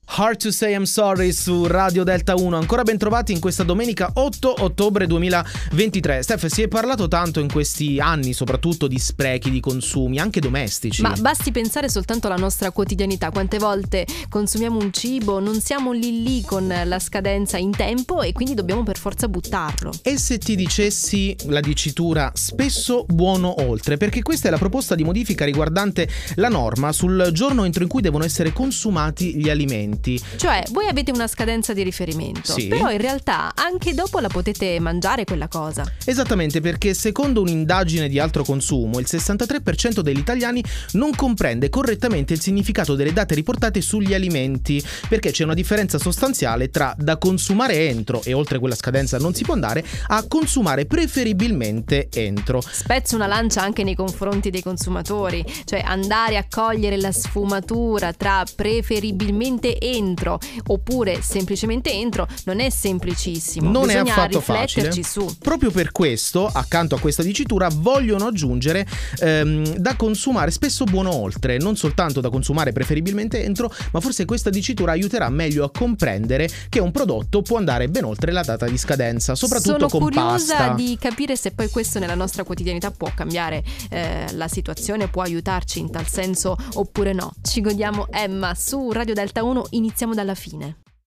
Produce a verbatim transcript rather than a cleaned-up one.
Hard to Say I'm Sorry su Radio Delta uno. Ancora ben trovati in questa domenica otto ottobre duemilaventitré. Steph, si è parlato tanto in questi anni soprattutto di sprechi, di consumi, anche domestici. Ma basti pensare soltanto alla nostra quotidianità. Quante volte consumiamo un cibo, non siamo lì lì con la scadenza in tempo e quindi dobbiamo per forza buttarlo. E se ti dicessi la dicitura spesso buono oltre? Perché questa è la proposta di modifica riguardante la norma sul giorno entro in cui devono essere consumati gli alimenti. Cioè, voi avete una scadenza di riferimento, sì, però in realtà anche dopo la potete mangiare quella cosa. Esattamente, perché secondo un'indagine di altro consumo, il sessantatré per cento degli italiani non comprende correttamente il significato delle date riportate sugli alimenti, perché c'è una differenza sostanziale tra da consumare entro, e oltre quella scadenza non si può andare, a consumare preferibilmente entro. Spezzo una lancia anche nei confronti dei consumatori, cioè andare a cogliere la sfumatura tra preferibilmente entro oppure semplicemente entro non è semplicissimo. Non Bisogna è affatto rifletterci facile. su. Proprio per questo, accanto a questa dicitura, vogliono aggiungere ehm, da consumare spesso buono oltre, non soltanto da consumare preferibilmente entro, ma forse questa dicitura aiuterà meglio a comprendere che un prodotto può andare ben oltre la data di scadenza, soprattutto Sono con curiosa pasta. di capire se poi questo nella nostra quotidianità può cambiare eh, la situazione, può aiutarci in tal senso oppure no. Ci godiamo Emma su Radio Delta uno, iniziamo dalla fine.